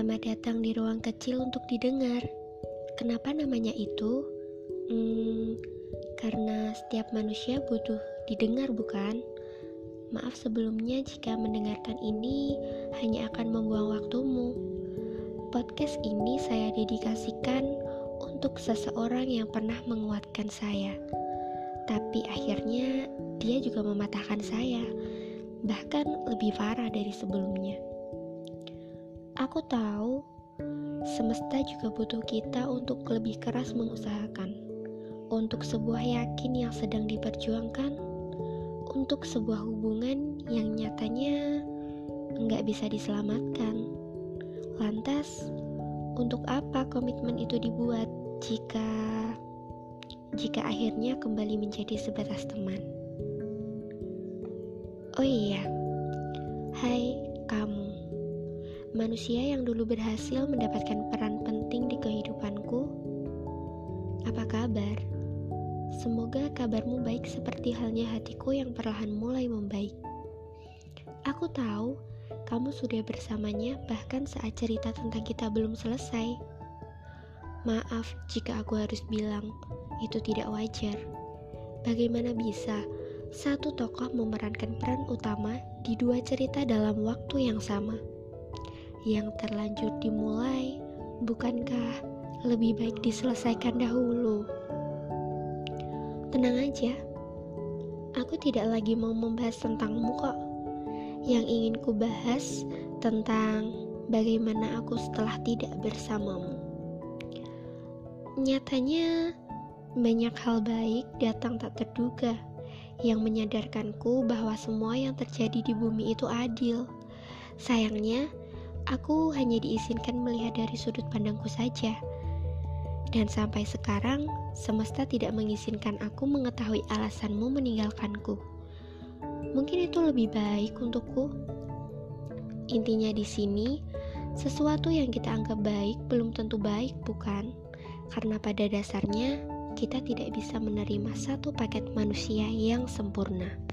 Selamat datang di ruang kecil untuk didengar. Kenapa namanya itu? Karena setiap manusia butuh didengar, bukan? Maaf sebelumnya jika mendengarkan ini hanya akan membuang waktumu. Podcast ini saya dedikasikan untuk seseorang yang pernah menguatkan saya. Tapi akhirnya dia juga mematahkan saya, bahkan lebih parah dari sebelumnya. Aku tahu, semesta juga butuh kita untuk lebih keras mengusahakan, untuk sebuah yakin yang sedang diperjuangkan, untuk sebuah hubungan yang nyatanya nggak bisa diselamatkan. Lantas, untuk apa komitmen itu dibuat jika akhirnya kembali menjadi sebatas teman? Oh iya, hai kamu, manusia yang dulu berhasil mendapatkan peran penting di kehidupanku. Apa kabar? Semoga kabarmu baik seperti halnya hatiku yang perlahan mulai membaik. Aku tahu kamu sudah bersamanya bahkan saat cerita tentang kita belum selesai. Maaf jika aku harus bilang itu tidak wajar. Bagaimana bisa satu tokoh memerankan peran utama di dua cerita dalam waktu yang sama? Yang terlanjur dimulai, bukankah lebih baik diselesaikan dahulu? Tenang aja, aku tidak lagi mau membahas tentangmu kok. Yang ingin ku bahas tentang bagaimana aku setelah tidak bersamamu. Nyatanya, banyak hal baik datang tak terduga yang menyadarkanku bahwa semua yang terjadi di bumi itu adil. Sayangnya, aku hanya diizinkan melihat dari sudut pandangku saja. Dan sampai sekarang, semesta tidak mengizinkan aku mengetahui alasanmu meninggalkanku. Mungkin itu lebih baik untukku. Intinya di sini, sesuatu yang kita anggap baik belum tentu baik, bukan? Karena pada dasarnya, kita tidak bisa menerima satu paket manusia yang sempurna.